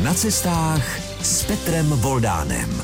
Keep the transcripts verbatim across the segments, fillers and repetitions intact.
na cestách s Petrem Voldánem.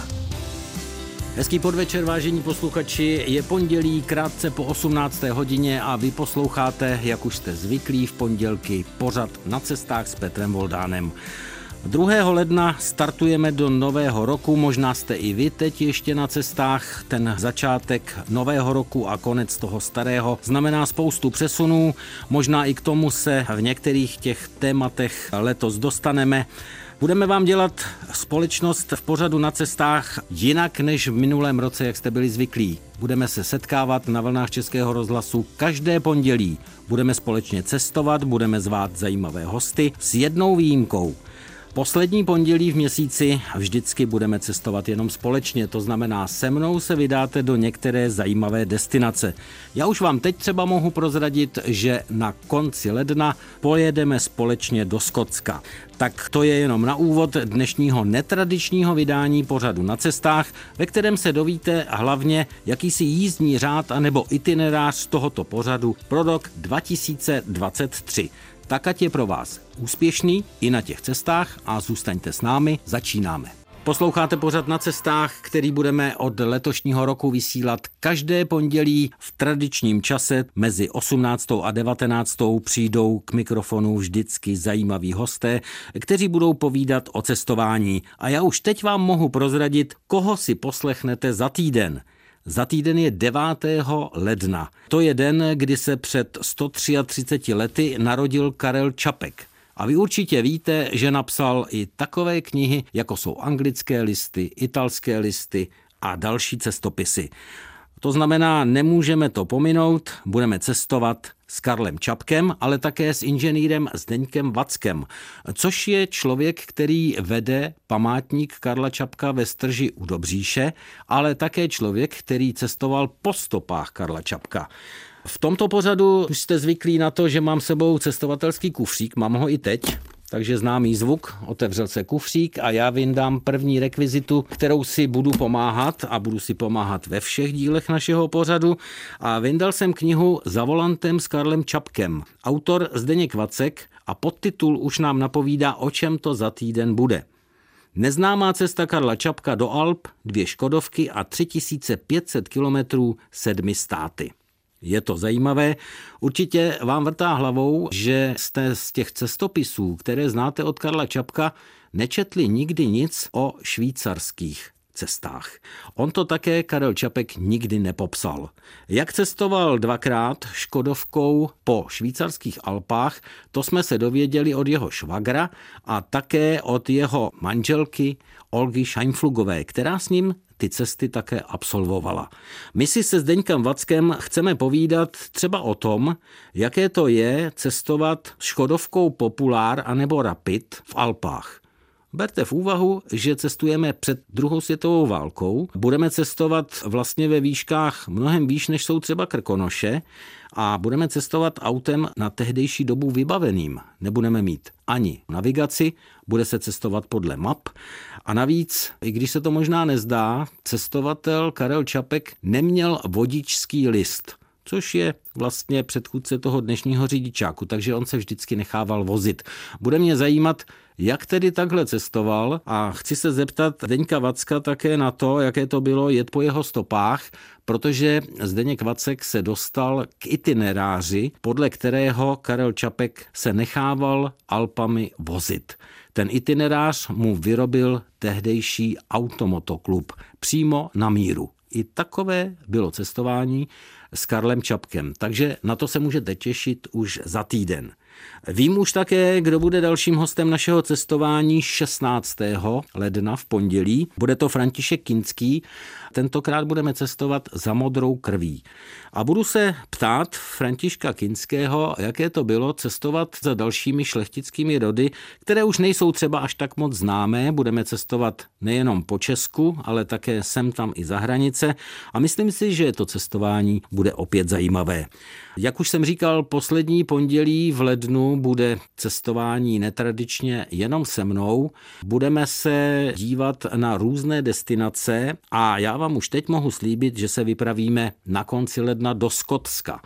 Hezký podvečer, vážení posluchači, je pondělí krátce po osmnácté hodině a vy posloucháte, jak už jste zvyklí, v pondělky pořad Na cestách s Petrem Voldánem. druhého ledna startujeme do nového roku, možná jste i vy teď ještě na cestách. Ten začátek nového roku a konec toho starého znamená spoustu přesunů, možná i k tomu se v některých těch tématech letos dostaneme. Budeme vám dělat společnost v pořadu Na cestách jinak než v minulém roce, jak jste byli zvyklí. Budeme se setkávat na vlnách Českého rozhlasu každé pondělí. Budeme společně cestovat, budeme zvát zajímavé hosty s jednou výjimkou. Poslední pondělí v měsíci vždycky budeme cestovat jenom společně, to znamená se mnou se vydáte do některé zajímavé destinace. Já už vám teď třeba mohu prozradit, že na konci ledna pojedeme společně do Skotska. Tak to je jenom na úvod dnešního netradičního vydání pořadu Na cestách, ve kterém se dovíte hlavně jakýsi jízdní řád anebo itinerář tohoto pořadu pro rok dva tisíce dvacet tři. Tak ať je pro vás úspěšný i na těch cestách a zůstaňte s námi, začínáme. Posloucháte pořad Na cestách, který budeme od letošního roku vysílat každé pondělí v tradičním čase mezi osmnáctou a devatenáctou přijdou k mikrofonu vždycky zajímaví hosté, kteří budou povídat o cestování. A já už teď vám mohu prozradit, koho si poslechnete za týden. Za týden je devátého ledna. To je den, kdy se před sto třiatřiceti tři lety narodil Karel Čapek. A vy určitě víte, že napsal i takové knihy, jako jsou Anglické listy, Italské listy a další cestopisy. To znamená, nemůžeme to pominout, budeme cestovat s Karlem Čapkem, ale také s inženýrem Zdeňkem Vackem, což je člověk, který vede památník Karla Čapka ve Strži u Dobříše, ale také člověk, který cestoval po stopách Karla Čapka. V tomto pořadu už jste zvyklí na to, že mám sebou cestovatelský kufřík, mám ho i teď. Takže známý zvuk, otevřel se kufřík a já vyndám první rekvizitu, kterou si budu pomáhat a budu si pomáhat ve všech dílech našeho pořadu. A vyndal jsem knihu Za volantem s Karlem Čapkem. Autor Zdeněk Vacek a podtitul už nám napovídá, o čem to za týden bude. Neznámá cesta Karla Čapka do Alp, dvě Škodovky a tři tisíce pět set kilometrů sedmi státy. Je to zajímavé. Určitě vám vrtá hlavou, že jste z těch cestopisů, které znáte od Karla Čapka, nečetli nikdy nic o švýcarských cestách. On to také Karel Čapek nikdy nepopsal. Jak cestoval dvakrát Škodovkou po švýcarských Alpách, to jsme se dověděli od jeho švagra a také od jeho manželky Olgy Scheinflugové, která s ním ty cesty také absolvovala. My si se Zdeňkem Vackem chceme povídat třeba o tom, jaké to je cestovat Škodovkou Popular anebo Rapid v Alpách. Berte v úvahu, že cestujeme před druhou světovou válkou, budeme cestovat vlastně ve výškách mnohem výš, než jsou třeba Krkonoše a budeme cestovat autem na tehdejší dobu vybaveným. Nebudeme mít ani navigaci, bude se cestovat podle map a navíc, i když se to možná nezdá, cestovatel Karel Čapek neměl vodičský list, což je vlastně předchůdce toho dnešního řidičáku, takže on se vždycky nechával vozit. Bude mě zajímat, jak tedy takhle cestoval a chci se zeptat Zdeňka Vacka také na to, jaké to bylo jet po jeho stopách, protože Zdeněk Vacek se dostal k itineráři, podle kterého Karel Čapek se nechával Alpami vozit. Ten itinerář mu vyrobil tehdejší Automotoklub přímo na míru. I takové bylo cestování s Karlem Čapkem, takže na to se můžete těšit už za týden. Vím už také, kdo bude dalším hostem našeho cestování šestnáctého ledna v pondělí. Bude to František Kinský. Tentokrát budeme cestovat za modrou krví. A budu se ptát Františka Kinského, jaké to bylo cestovat za dalšími šlechtickými rody, které už nejsou třeba až tak moc známé. Budeme cestovat nejenom po Česku, ale také sem tam i za hranice. A myslím si, že to cestování bude opět zajímavé. Jak už jsem říkal, poslední pondělí v lednu bude cestování netradičně jenom se mnou. Budeme se dívat na různé destinace a já vám už teď mohu slíbit, že se vypravíme na konci ledna do Skotska.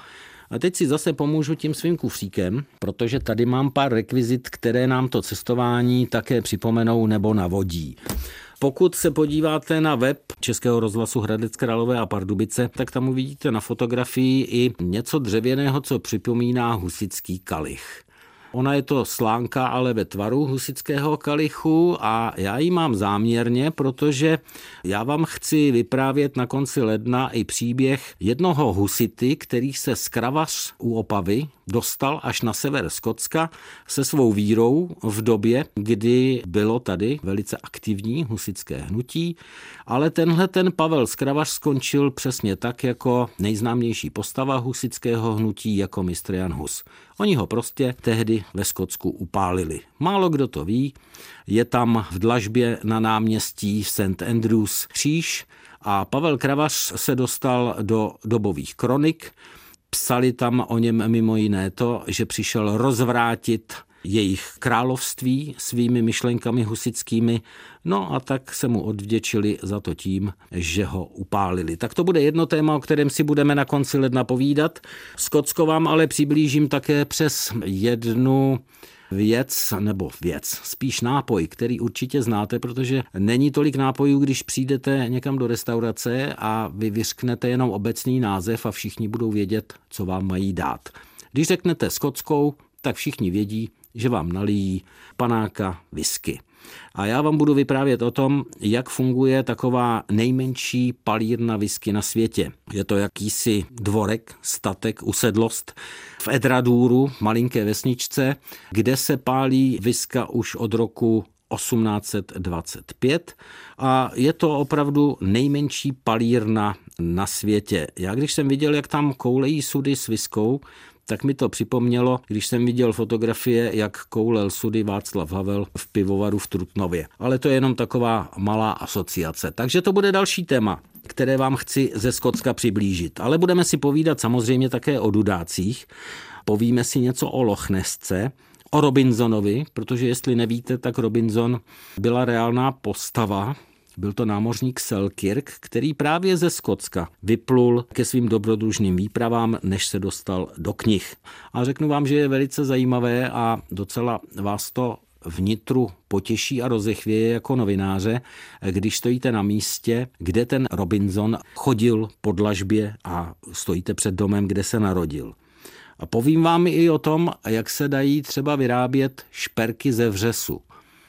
A teď si zase pomůžu tím svým kufříkem, protože tady mám pár rekvizit, které nám to cestování také připomenou nebo navodí. Pokud se podíváte na web Českého rozhlasu Hradec Králové a Pardubice, tak tam uvidíte na fotografii i něco dřevěného, co připomíná husitský kalich. Ona je to slánka, ale ve tvaru husitského kalichu a já ji mám záměrně, protože já vám chci vyprávět na konci ledna i příběh jednoho husity, který se z Kravař u Opavy dostal až na sever Skotska se svou vírou v době, kdy bylo tady velice aktivní husitské hnutí, ale tenhle ten Pavel z Kravař skončil přesně tak jako nejznámější postava husitského hnutí jako mistr Jan Hus. Oni ho prostě tehdy ve Skotsku upálili. Málo kdo to ví, je tam v dlažbě na náměstí Saint Andrews kříž a Pavel Kravař se dostal do dobových kronik. Psali tam o něm mimo jiné to, že přišel rozvrátit jejich království svými myšlenkami husitskými, no a tak se mu odvděčili za to tím, že ho upálili. Tak to bude jedno téma, o kterém si budeme na konci ledna povídat. Skotsko vám ale přiblížím také přes jednu věc, nebo věc, spíš nápoj, který určitě znáte, protože není tolik nápojů, když přijdete někam do restaurace a vy vyřknete jenom obecný název a všichni budou vědět, co vám mají dát. Když řeknete skotskou, tak všichni vědí, že vám nalijí panáka whisky. A já vám budu vyprávět o tom, jak funguje taková nejmenší palírna whisky na světě. Je to jakýsi dvorek, statek, usedlost v Edraduru, malinké vesničce, kde se pálí whisky už od roku osmnáct set dvacet pět a je to opravdu nejmenší palírna na světě. Já když jsem viděl, jak tam koulejí sudy s whiskou, tak mi to připomnělo, když jsem viděl fotografie, jak koulel sudy Václav Havel v pivovaru v Trutnově. Ale to je jenom taková malá asociace. Takže to bude další téma, které vám chci ze Skotska přiblížit. Ale budeme si povídat samozřejmě také o dudácích. Povíme si něco o Lochnesce, o Robinsonovi, protože jestli nevíte, tak Robinson byla reálná postava. Byl to námořník Selkirk, který právě ze Skotska vyplul ke svým dobrodružným výpravám, než se dostal do knih. A řeknu vám, že je velice zajímavé a docela vás to vnitru potěší a rozechvěje jako novináře, když stojíte na místě, kde ten Robinson chodil po dlažbě a stojíte před domem, kde se narodil. A povím vám i o tom, jak se dají třeba vyrábět šperky ze vřesu.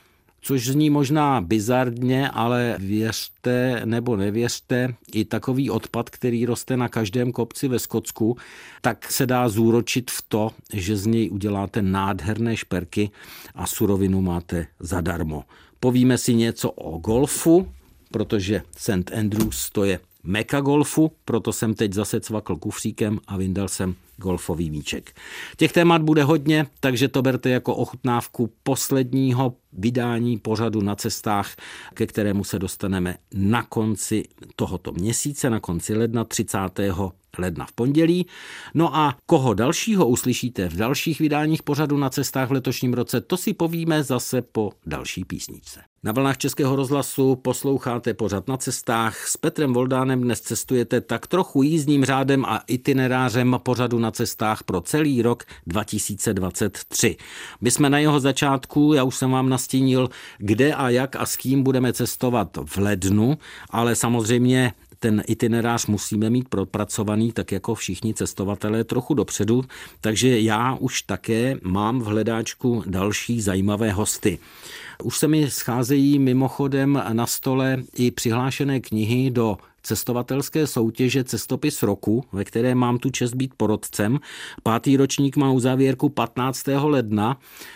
Což zní možná bizarně, ale věřte nebo nevěřte, i takový odpad, který roste na každém kopci ve Skotsku, tak se dá zúročit v to, že z něj uděláte nádherné šperky a surovinu máte zadarmo. Povíme si něco o golfu, protože Saint Andrews to je meka golfu, proto jsem teď zase cvakl kufříkem a vyndal jsem golfový míček. Těch témat bude hodně, takže to berte jako ochutnávku posledního vydání pořadu Na cestách, ke kterému se dostaneme na konci tohoto měsíce, na konci ledna, třicátého ledna v pondělí. No a koho dalšího uslyšíte v dalších vydáních pořadu Na cestách v letošním roce, to si povíme zase po další písničce. Na vlnách Českého rozhlasu posloucháte pořad Na cestách. S Petrem Voldánem dnes cestujete tak trochu jízdním řádem a itinerářem pořadu Na cestách pro celý rok dva tisíce dvacet tři. My jsme na jeho začátku, já už jsem vám nastínil, kde a jak a s kým budeme cestovat v lednu, ale samozřejmě ten itinerář musíme mít propracovaný, tak jako všichni cestovatelé, trochu dopředu, takže já už také mám v hledáčku další zajímavé hosty. Už se mi scházejí mimochodem na stole i přihlášené knihy do cestovatelské soutěže Cestopis roku, ve které mám tu čest být porotcem. Pátý ročník má uzávěrku patnáctého ledna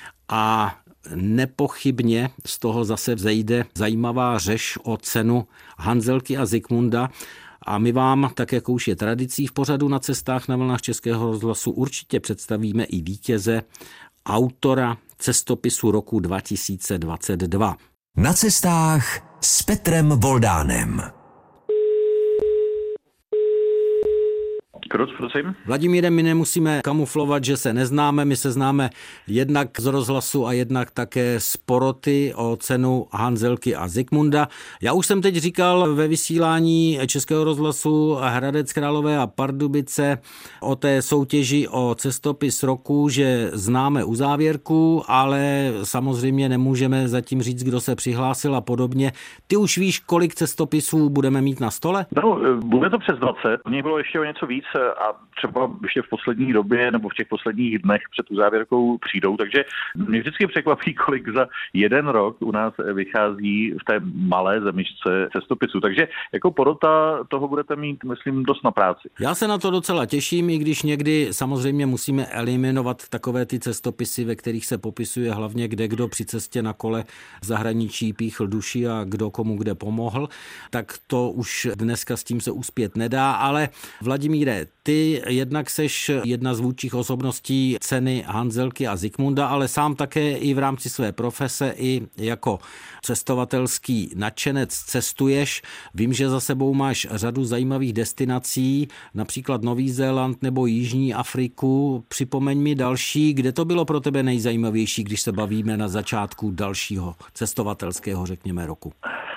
a nepochybně z toho zase vzejde zajímavá řež o cenu Hanzelky a Zikmunda. A my vám, tak jako už je tradicí v pořadu Na cestách na vlnách Českého rozhlasu, určitě představíme i vítěze, autora Cestopisu roku dva tisíce dvacet dva. Na cestách s Petrem Voldánem. Kruc, prosím. Vladimíre, my nemusíme kamuflovat, že se neznáme, my se známe jednak z rozhlasu a jednak také z poroty o cenu Hanzelky a Zikmunda. Já už jsem teď říkal ve vysílání Českého rozhlasu Hradec Králové a Pardubice o té soutěži o cestopis roku, že známe uzávěrku, ale samozřejmě nemůžeme zatím říct, kdo se přihlásil a podobně. Ty už víš, kolik cestopisů budeme mít na stole? No, bude to přes dvacet. V nich bylo ještě o něco víc a třeba ještě v poslední době nebo v těch posledních dnech před uzávěrkou přijdou, takže mě vždycky překvapí, kolik za jeden rok u nás vychází v té malé zemičce cestopisů. Takže jako porota toho budete mít, myslím, dost na práci. Já se na to docela těším, i když někdy samozřejmě musíme eliminovat takové ty cestopisy, ve kterých se popisuje hlavně, kde kdo při cestě na kole v zahraničí píchl duši a kdo komu kde pomohl, tak to už dneska s tím se uspět nedá, ale Vladimíre, ty jednak seš jedna z vůdčích osobností ceny Hanzelky a Zikmunda, ale sám také i v rámci své profese i jako cestovatelský nadšenec cestuješ. Vím, že za sebou máš řadu zajímavých destinací, například Nový Zéland nebo Jižní Afriku. Připomeň mi další, kde to bylo pro tebe nejzajímavější, když se bavíme na začátku dalšího cestovatelského, řekněme, roku.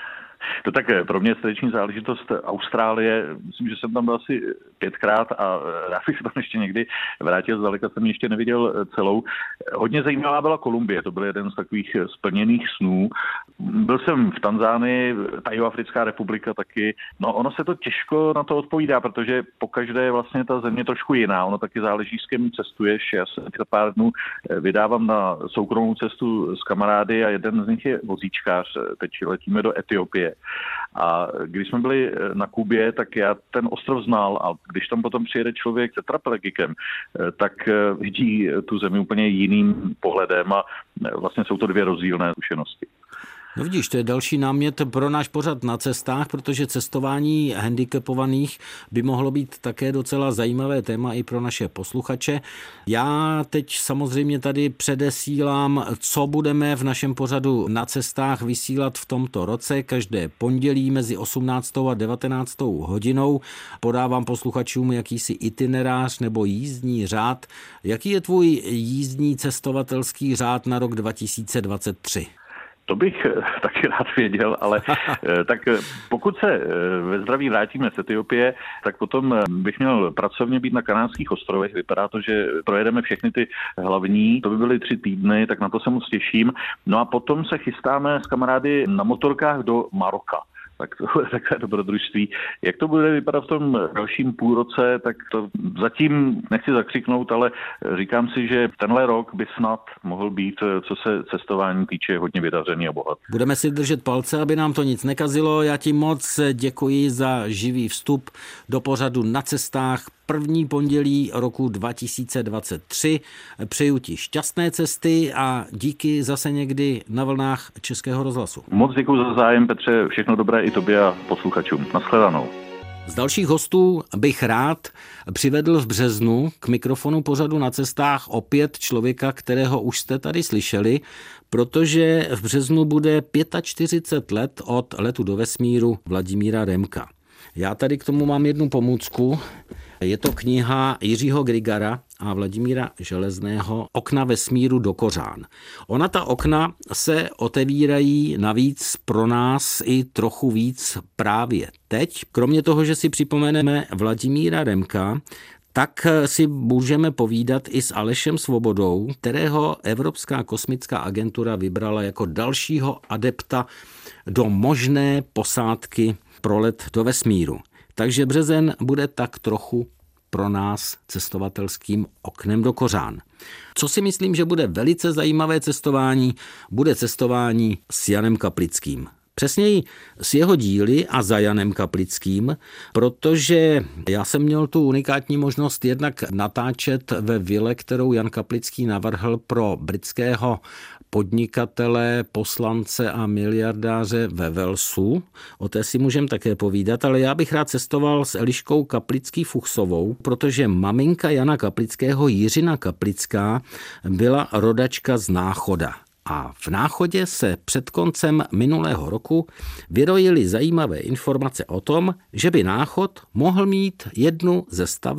To tak pro mě srdeční záležitost Austrálie. Myslím, že jsem tam byl asi pětkrát a rád bych se tam ještě někdy vrátil. Zdaleka jsem ještě neviděl celou. Hodně zajímavá byla Kolumbie. To byl jeden z takových splněných snů. Byl jsem v Tanzánii, ta Jihoafrická republika taky. No ono se to těžko na to odpovídá, protože pokaždé je vlastně ta země trošku jiná. Ono taky záleží, s kým cestuješ. Já se za pár dnů vydávám na soukromou cestu s kamarády a jeden z nich je vozíčkář. Teď letíme do Etiopie. A když jsme byli na Kubě, tak já ten ostrov znal a když tam potom přijede člověk se tetraplegikem, tak vidí tu zemi úplně jiným pohledem a vlastně jsou to dvě rozdílné zkušenosti. No vidíš, to je další námět pro náš pořad na cestách, protože cestování handicapovaných by mohlo být také docela zajímavé téma i pro naše posluchače. Já teď samozřejmě tady předesílám, co budeme v našem pořadu na cestách vysílat v tomto roce. Každé pondělí mezi osmnáctou a devatenáctou hodinou podávám posluchačům jakýsi itinerář nebo jízdní řád. Jaký je tvůj jízdní cestovatelský řád na rok dva tisíce dvacet tři? To bych taky rád věděl, ale tak pokud se ve zdraví vrátíme z Etiopie, tak potom bych měl pracovně být na Kanárských ostrovech. Vypadá to, že projedeme všechny ty hlavní. To by byly tři týdny, tak na to se moc těším. No a potom se chystáme s kamarády na motorkách do Maroka. Tak to bude takové dobrodružství. Jak to bude vypadat v tom dalším půlroce, tak to zatím nechci zakřiknout, ale říkám si, že tenhle rok by snad mohl být, co se cestování týče, hodně vydařený a bohat. Budeme si držet palce, aby nám to nic nekazilo. Já ti moc děkuji za živý vstup do pořadu Na cestách. První pondělí roku dva tisíce dvacet tři. Přeju ti šťastné cesty a díky zase někdy na vlnách Českého rozhlasu. Moc děkuji za zájem, Petře, všechno dobré i tobě a posluchačům. Naschledanou. Z dalších hostů bych rád přivedl v březnu k mikrofonu pořadu Na cestách opět člověka, kterého už jste tady slyšeli, protože v březnu bude čtyřicet pět let od letu do vesmíru Vladimíra Remka. Já tady k tomu mám jednu pomůcku. Je to kniha Jiřího Grigara a Vladimíra Železného Okna vesmíru do kořán. Ona ta okna se otevírají navíc pro nás i trochu víc právě teď. Kromě toho, že si připomeneme Vladimíra Remka, tak si můžeme povídat i s Alešem Svobodou, kterého Evropská kosmická agentura vybrala jako dalšího adepta do možné posádky pro let do vesmíru. Takže březen bude tak trochu pro nás cestovatelským oknem do kořán. Co si myslím, že bude velice zajímavé cestování, bude cestování s Janem Kaplickým. Přesněji s jeho díly a za Janem Kaplickým, protože já jsem měl tu unikátní možnost jednak natáčet ve vile, kterou Jan Kaplický navrhl pro britského podnikatele, poslance a miliardáře ve Walesu. O té si můžeme také povídat, ale já bych rád cestoval s Eliškou Kaplický-Fuchsovou, protože maminka Jana Kaplického, Jiřina Kaplická, byla rodačka z Náchoda. A v Náchodě se před koncem minulého roku vyrojily zajímavé informace o tom, že by Náchod mohl mít jednu ze staveb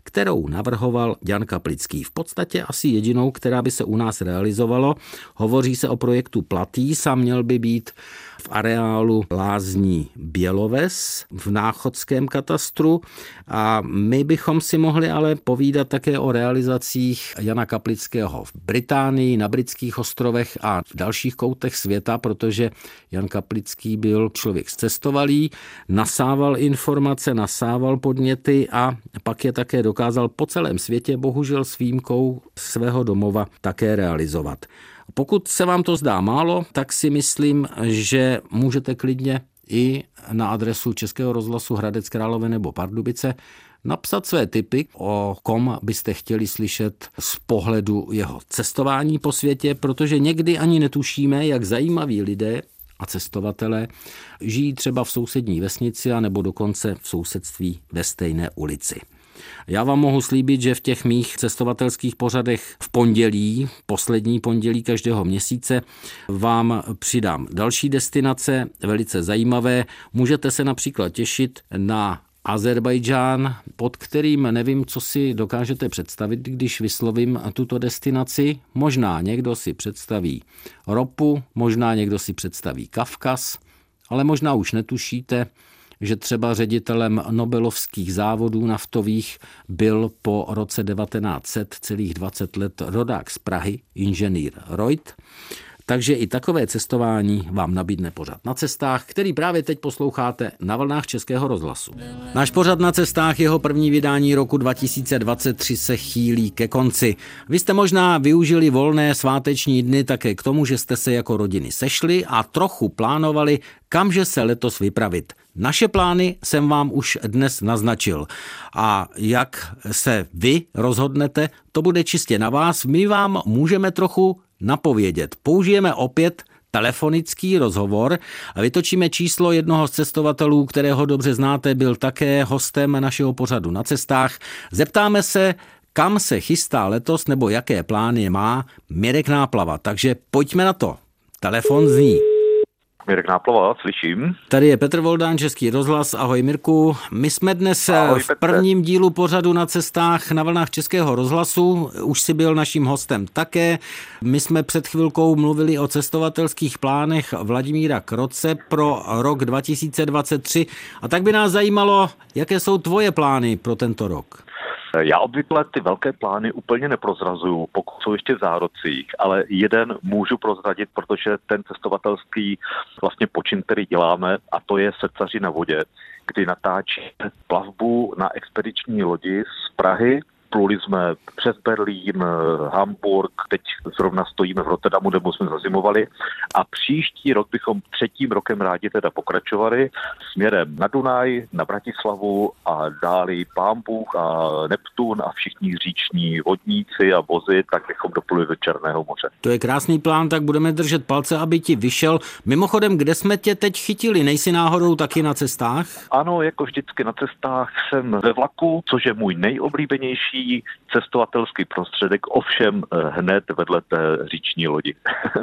kterou navrhoval Jan Kaplický. V podstatě asi jedinou, která by se u nás realizovalo. Hovoří se o projektu Platýs a měl by být v areálu lázní Běloves v náchodském katastru a my bychom si mohli ale povídat také o realizacích Jana Kaplického v Británii, na britských ostrovech a v dalších koutech světa, protože Jan Kaplický byl člověk zcestovalý, nasával informace, nasával podněty a pak je také dokázal po celém světě, bohužel s výjimkou svého domova, také realizovat. Pokud se vám to zdá málo, tak si myslím, že můžete klidně i na adresu Českého rozhlasu Hradec Králové nebo Pardubice napsat své tipy, o kom byste chtěli slyšet z pohledu jeho cestování po světě, protože někdy ani netušíme, jak zajímaví lidé a cestovatelé žijí třeba v sousední vesnici a nebo dokonce v sousedství ve stejné ulici. Já vám mohu slíbit, že v těch mých cestovatelských pořadech v pondělí, poslední pondělí každého měsíce, vám přidám další destinace, velice zajímavé. Můžete se například těšit na Azerbajdžán, pod kterým nevím, co si dokážete představit, když vyslovím tuto destinaci. Možná někdo si představí ropu, možná někdo si představí Kavkaz, ale možná už netušíte, že třeba ředitelem nobelovských závodů naftových byl po roce devatenáct set celých dvacet let rodák z Prahy, inženýr Reut. Takže i takové cestování vám nabídne pořad Na cestách, který právě teď posloucháte na vlnách Českého rozhlasu. Náš pořad Na cestách, jeho první vydání roku dva tisíce dvacet tři se chýlí ke konci. Vy jste možná využili volné sváteční dny také k tomu, že jste se jako rodiny sešli a trochu plánovali, kamže se letos vypravit. Naše plány jsem vám už dnes naznačil. A jak se vy rozhodnete, to bude čistě na vás. My vám můžeme trochu napovědět. Použijeme opět telefonický rozhovor a vytočíme číslo jednoho z cestovatelů, kterého dobře znáte, byl také hostem našeho pořadu Na cestách. Zeptáme se, kam se chystá letos nebo jaké plány má Mirek Náplava. Takže pojďme na to. Telefon zní. Mirek Náplava, slyším. Tady je Petr Voldán, Český rozhlas. Ahoj Mirku. My jsme dnes Ahoj, v prvním dílu pořadu Na cestách na vlnách Českého rozhlasu. Už si byl naším hostem také. My jsme před chvilkou mluvili o cestovatelských plánech Vladimíra Kroce pro rok dva tisíce dvacet tři. A tak by nás zajímalo, jaké jsou tvoje plány pro tento rok. Já obvykle ty velké plány úplně neprozrazuju, pokud jsou ještě v zárodcích, ale jeden můžu prozradit, protože ten cestovatelský vlastně počin, který děláme, a to je Srdcaři na vodě, kdy natáčíme plavbu na expediční lodi z Prahy. Pluli jsme přes Berlín, Hamburg, teď zrovna stojíme v Rotterdamu, nebo jsme zazimovali. A příští rok bychom třetím rokem rádi teda pokračovali směrem na Dunaj, na Bratislavu a dále Pán Bůh a Neptun a všichni říční vodníci a vozy, tak bychom dopluli do Černého moře. To je krásný plán, tak budeme držet palce, aby ti vyšel. Mimochodem, kde jsme tě teď chytili? Nejsi náhodou taky na cestách? Ano, jako vždycky na cestách jsem ve vlaku, což je můj nejoblíbenější cestovatelský prostředek, ovšem hned vedle té říční lodi.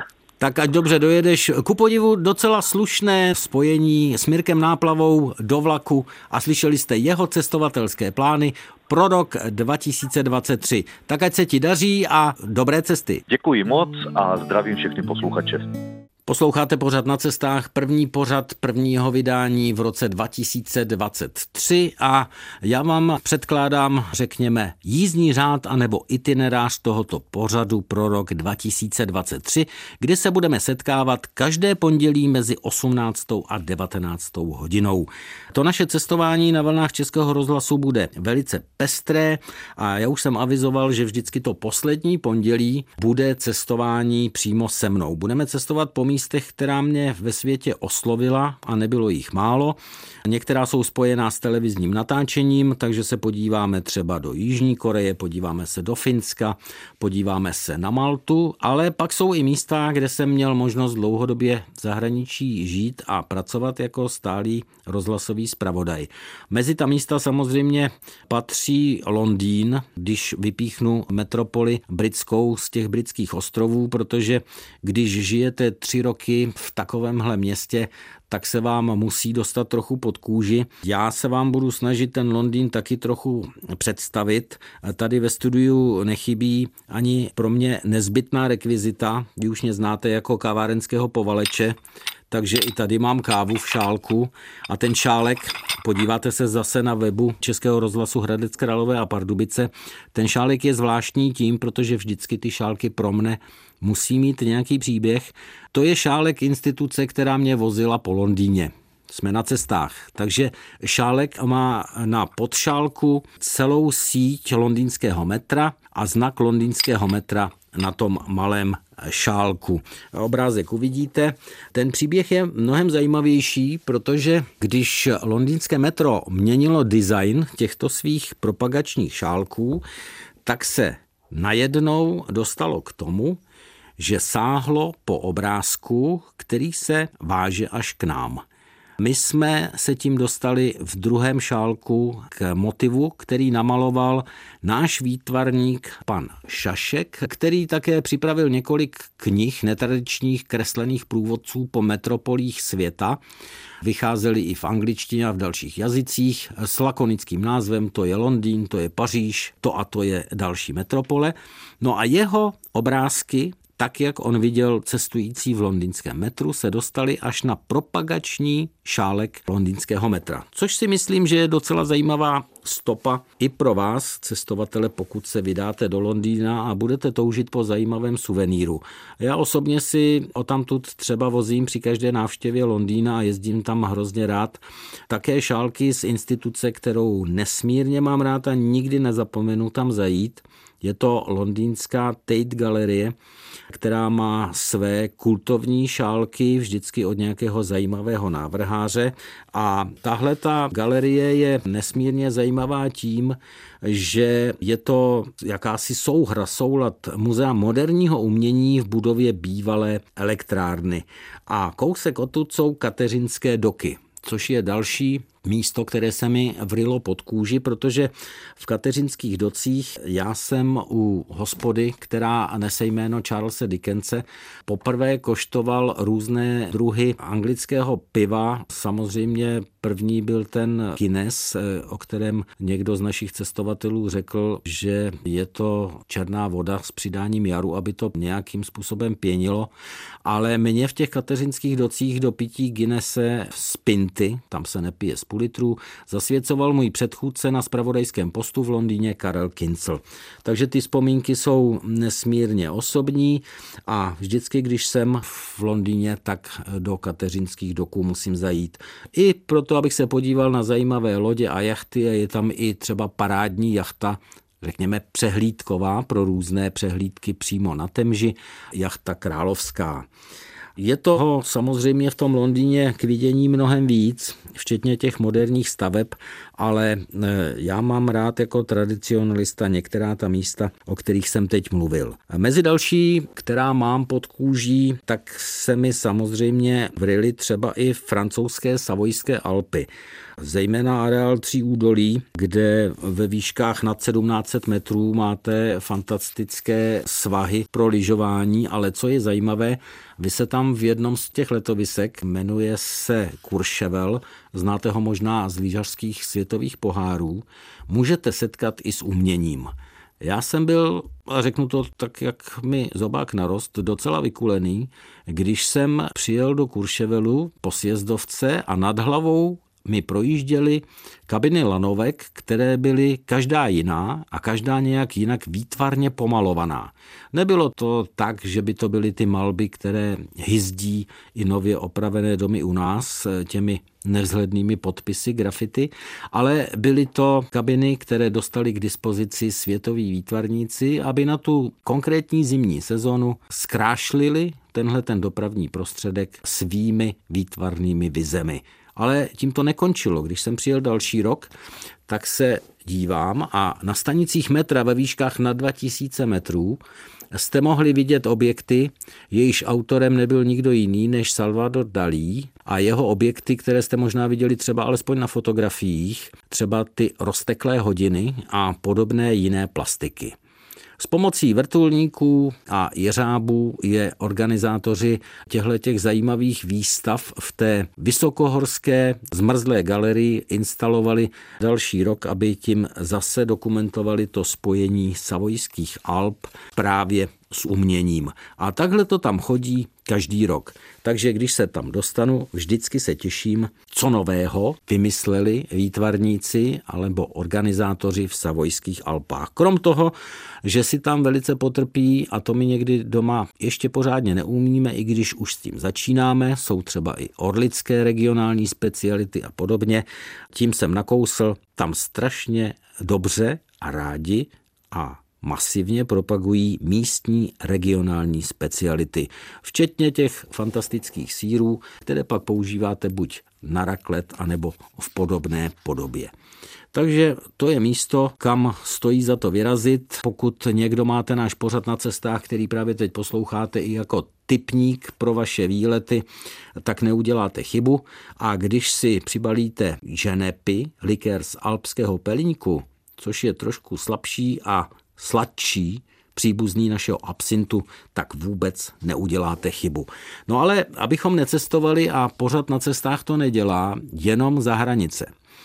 Tak ať dobře dojedeš. Ku podivu docela slušné spojení s Mirkem Náplavou do vlaku a slyšeli jste jeho cestovatelské plány pro rok dva tisíce dvacet tři. Tak ať se ti daří a dobré cesty. Děkuji moc a zdravím všechny posluchače. Posloucháte pořad Na cestách, první pořad prvního vydání v roce dva tisíce dvacet tři a já vám předkládám, řekněme, jízdní řád anebo itinerář tohoto pořadu pro rok dva tisíce dvacet tři, kde se budeme setkávat každé pondělí mezi osmnáctou a devatenáctou hodinou. To naše cestování na vlnách Českého rozhlasu bude velice pestré a já už jsem avizoval, že vždycky to poslední pondělí bude cestování přímo se mnou. Budeme cestovat po místech, která mě ve světě oslovila a nebylo jich málo. Některá jsou spojená s televizním natáčením, takže se podíváme třeba do Jižní Koreje, podíváme se do Finska, podíváme se na Maltu, ale pak jsou i místa, kde jsem měl možnost dlouhodobě v zahraničí žít a pracovat jako stálý rozhlasový zpravodaj. Mezi ta místa samozřejmě patří Londýn, když vypíchnu metropoli britskou z těch britských ostrovů, protože když žijete tři roky v takovémhle městě, tak se vám musí dostat trochu pod kůži. Já se vám budu snažit ten Londýn taky trochu představit. Tady ve studiu nechybí ani pro mě nezbytná rekvizita. Vy už mě znáte jako kavárenského povaleče, takže i tady mám kávu v šálku a ten šálek, podíváte se zase na webu Českého rozhlasu Hradec Králové a Pardubice, ten šálek je zvláštní tím, protože vždycky ty šálky pro mne musí mít nějaký příběh. To je šálek instituce, která mě vozila po Londýně. Jsme na cestách, takže šálek má na podšálku celou síť londýnského metra a znak londýnského metra na tom malém šálku. Obrázek uvidíte. Ten příběh je mnohem zajímavější, protože když londýnské metro měnilo design těchto svých propagačních šálků, tak se najednou dostalo k tomu, že sáhlo po obrázku, který se váže až k nám. My jsme se tím dostali v druhém šálku k motivu, který namaloval náš výtvarník pan Šašek, který také připravil několik knih netradičních kreslených průvodců po metropolích světa. Vycházely i v angličtině a v dalších jazycích s lakonickým názvem To je Londýn, to je Paříž, to a to je další metropole. No a jeho obrázky, tak jak on viděl cestující v londýnském metru, se dostali až na propagační šálek londýnského metra. Což si myslím, že je docela zajímavá stopa i pro vás, cestovatele, pokud se vydáte do Londýna a budete toužit po zajímavém suvenýru. Já osobně si odtamtud třeba vozím při každé návštěvě Londýna a jezdím tam hrozně rád. Také šálky z instituce, kterou nesmírně mám rád a nikdy nezapomenu tam zajít. Je to londýnská Tate galerie, která má své kultovní šálky vždycky od nějakého zajímavého návrháře. A tahle ta galerie je nesmírně zajímavá tím, že je to jakási souhra, soulad muzea moderního umění v budově bývalé elektrárny. A kousek odtud jsou Kateřinské doky, což je další místo, které se mi vrylo pod kůži, protože v Kateřinských docích já jsem u hospody, která nese jméno Charlese Dickense, poprvé koštoval různé druhy anglického piva. Samozřejmě první byl ten Guinness, o kterém někdo z našich cestovatelů řekl, že je to černá voda s přidáním jaru, aby to nějakým způsobem pěnilo. Ale mě v těch Kateřinských docích do pití Guinnesse z pinty, tam se nepije z půl litru, zasvěcoval můj předchůdce na zpravodajském postu v Londýně Karel Kincl. Takže ty vzpomínky jsou nesmírně osobní a vždycky, když jsem v Londýně, tak do Kateřinských doků musím zajít. I proto, abych se podíval na zajímavé lodě a jachty, a je tam i třeba parádní jachta, řekněme přehlídková pro různé přehlídky přímo na Temži, jachta Královská. Je toho samozřejmě v tom Londýně k vidění mnohem víc, včetně těch moderních staveb, ale já mám rád jako tradicionalista některá ta místa, o kterých jsem teď mluvil. Mezi další, která mám pod kůží, tak se mi samozřejmě vryly třeba i francouzské Savojské Alpy. Zejména areál Tří údolí, kde ve výškách nad sedmnáct set metrů máte fantastické svahy pro lyžování, ale co je zajímavé, vy se tam v jednom z těch letovisek, jmenuje se Courchevel, znáte ho možná z lyžařských světových pohárů, můžete setkat i s uměním. Já jsem byl, a řeknu to tak, jak mi zobák narost, docela vykulený, když jsem přijel do Courchevelu po sjezdovce a nad hlavou mi projížděly kabiny lanovek, které byly každá jiná a každá nějak jinak výtvarně pomalovaná. Nebylo to tak, že by to byly ty malby, které hyzdí i nově opravené domy u nás těmi nevzhlednými podpisy grafity, ale byly to kabiny, které dostali k dispozici světoví výtvarníci, aby na tu konkrétní zimní sezonu zkrášlili tenhle ten dopravní prostředek svými výtvarnými vizemi. Ale tím to nekončilo. Když jsem přijel další rok, tak se dívám a na stanicích metra ve výškách na dva tisíce metrů jste mohli vidět objekty, jejichž autorem nebyl nikdo jiný než Salvador Dalí a jeho objekty, které jste možná viděli třeba alespoň na fotografiích, třeba ty rozteklé hodiny a podobné jiné plastiky. S pomocí vrtulníků a jeřábů je organizátoři těchto zajímavých výstav v té vysokohorské zmrzlé galerii instalovali další rok, aby tím zase dokumentovali to spojení Savojských Alp právě s uměním. A takhle to tam chodí každý rok. Takže když se tam dostanu, vždycky se těším, co nového vymysleli výtvarníci alebo organizátoři v Savojských Alpách. Krom toho, že si tam velice potrpí, a to my někdy doma ještě pořádně neumíme, i když už s tím začínáme, jsou třeba i orlické regionální speciality a podobně. Tím jsem nakousl, tam strašně dobře a rádi a masivně propagují místní regionální speciality, včetně těch fantastických sýrů, které pak používáte buď na raclette, anebo v podobné podobě. Takže to je místo, kam stojí za to vyrazit. Pokud někdo máte náš pořad na cestách, který právě teď posloucháte i jako tipník pro vaše výlety, tak neuděláte chybu. A když si přibalíte ženepy, likér z alpského pelíňku, což je trošku slabší a sladší příbuzný našeho absintu, tak vůbec neuděláte chybu. No ale abychom necestovali, a pořad na cestách to nedělá, jenom za hranice.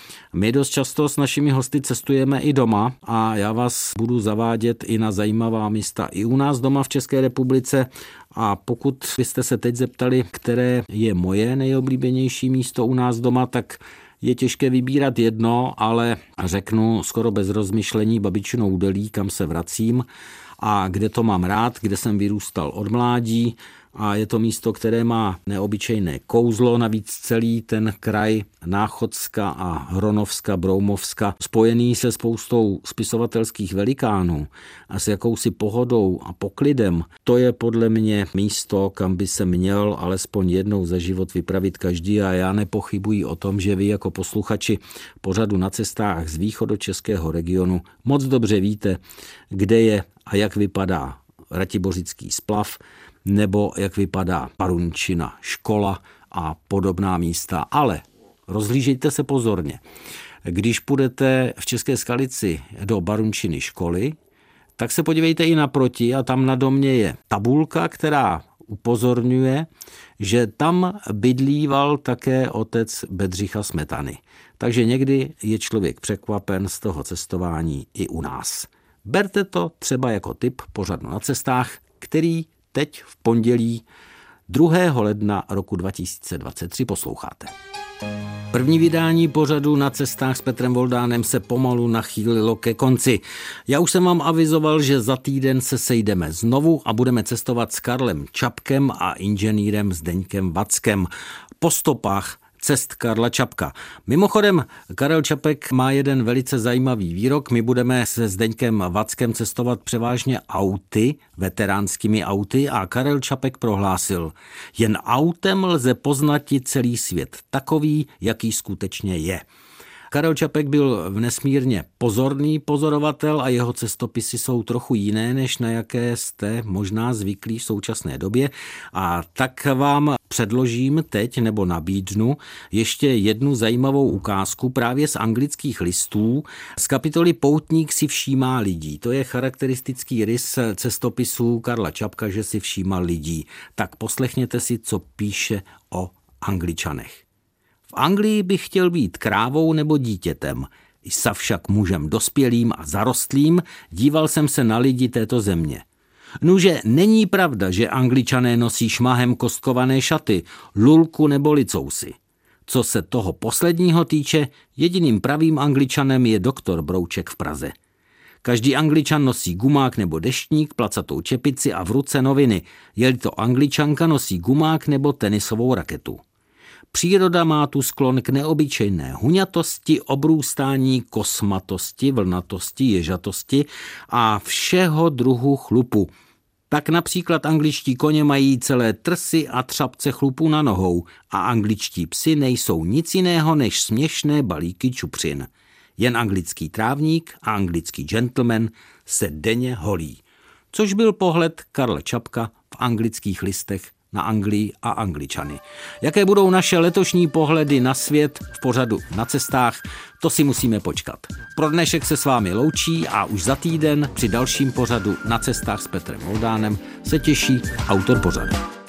My dost často s našimi hosty cestujeme i doma a já vás budu zavádět i na zajímavá místa i u nás doma v České republice. A pokud byste se teď zeptali, které je moje nejoblíbenější místo u nás doma, tak je těžké vybírat jedno, ale řeknu skoro bez rozmyšlení babičino údolí, kam se vracím a kde to mám rád, kde jsem vyrůstal od mládí. A je to místo, které má neobyčejné kouzlo, navíc celý ten kraj Náchodska a Hronovska, Broumovska, spojený se spoustou spisovatelských velikánů a s jakousi pohodou a poklidem, to je podle mě místo, kam by se měl alespoň jednou za život vypravit každý, a já nepochybuji o tom, že vy jako posluchači pořadu Na cestách z východočeského regionu moc dobře víte, kde je a jak vypadá Ratibořický splav, nebo jak vypadá Barunčina škola a podobná místa. Ale rozhlížejte se pozorně. Když půjdete v České Skalici do Barunčiny školy, tak se podívejte i naproti a tam na domě je tabulka, která upozorňuje, že tam bydlíval také otec Bedřicha Smetany. Takže někdy je člověk překvapen z toho cestování i u nás. Berte to třeba jako tip pořadu Na cestách, který teď v pondělí druhého ledna roku dva tisíce dvacet tři posloucháte. První vydání pořadu Na cestách s Petrem Voldánem se pomalu nachýlilo ke konci. Já už jsem vám avizoval, že za týden se sejdeme znovu a budeme cestovat s Karlem Čapkem a inženýrem Zdeňkem Vackem po stopách cest Karla Čapka. Mimochodem, Karel Čapek má jeden velice zajímavý výrok. My budeme se Zdeňkem Vackem cestovat převážně auty, veteránskými auty, a Karel Čapek prohlásil: jen autem lze poznati celý svět takový, jaký skutečně je. Karel Čapek byl nesmírně pozorný pozorovatel a jeho cestopisy jsou trochu jiné, než na jaké jste možná zvyklí v současné době, a tak vám předložím teď nebo nabídnu ještě jednu zajímavou ukázku právě z anglických listů z kapitoly Poutník si všímá lidí. To je charakteristický rys cestopisů Karla Čapka, že si všímal lidí. Tak poslechněte si, co píše o Angličanech. V Anglii bych chtěl být krávou nebo dítětem. Sa však mužem dospělým a zarostlým, díval jsem se na lidi této země. Nuže není pravda, že Angličané nosí šmahem kostkované šaty, lulku nebo licousy. Co se toho posledního týče, jediným pravým Angličanem je doktor Brouček v Praze. Každý Angličan nosí gumák nebo deštník, placatou čepici a v ruce noviny. Je-li to Angličanka, nosí gumák nebo tenisovou raketu. Příroda má tu sklon k neobyčejné huňatosti, obrůstání, kosmatosti, vlnatosti, ježatosti a všeho druhu chlupu. Tak například angličtí koně mají celé trsy a třapce chlupů na nohou a angličtí psi nejsou nic jiného než směšné balíky čupřin. Jen anglický trávník a anglický gentleman se denně holí. Což byl pohled Karla Čapka v anglických listech na Anglii a Angličany. Jaké budou naše letošní pohledy na svět v pořadu Na cestách, to si musíme počkat. Pro dnešek se s vámi loučí a už za týden při dalším pořadu Na cestách s Petrem Voldánem se těší autor pořadu.